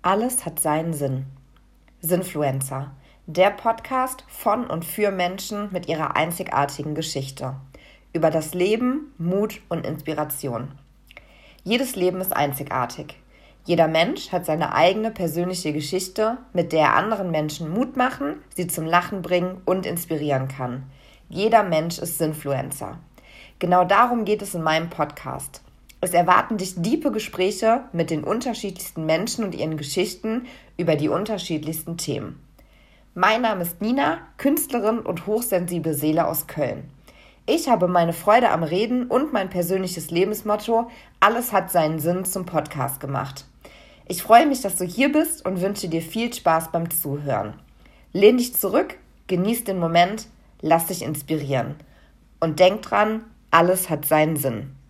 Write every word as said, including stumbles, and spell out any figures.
Alles hat seinen Sinn. Sinfluencer, der Podcast von und für Menschen mit ihrer einzigartigen Geschichte. Über das Leben, Mut und Inspiration. Jedes Leben ist einzigartig. Jeder Mensch hat seine eigene persönliche Geschichte, mit der er anderen Menschen Mut machen, sie zum Lachen bringen und inspirieren kann. Jeder Mensch ist Sinfluencer. Genau darum geht es in meinem Podcast. Es erwarten dich tiefe Gespräche mit den unterschiedlichsten Menschen und ihren Geschichten über die unterschiedlichsten Themen. Mein Name ist Nina, Künstlerin und hochsensible Seele aus Köln. Ich habe meine Freude am Reden und mein persönliches Lebensmotto „Alles hat seinen Sinn" zum Podcast gemacht. Ich freue mich, dass du hier bist und wünsche dir viel Spaß beim Zuhören. Lehn dich zurück, genieß den Moment, lass dich inspirieren. Und denk dran, alles hat seinen Sinn.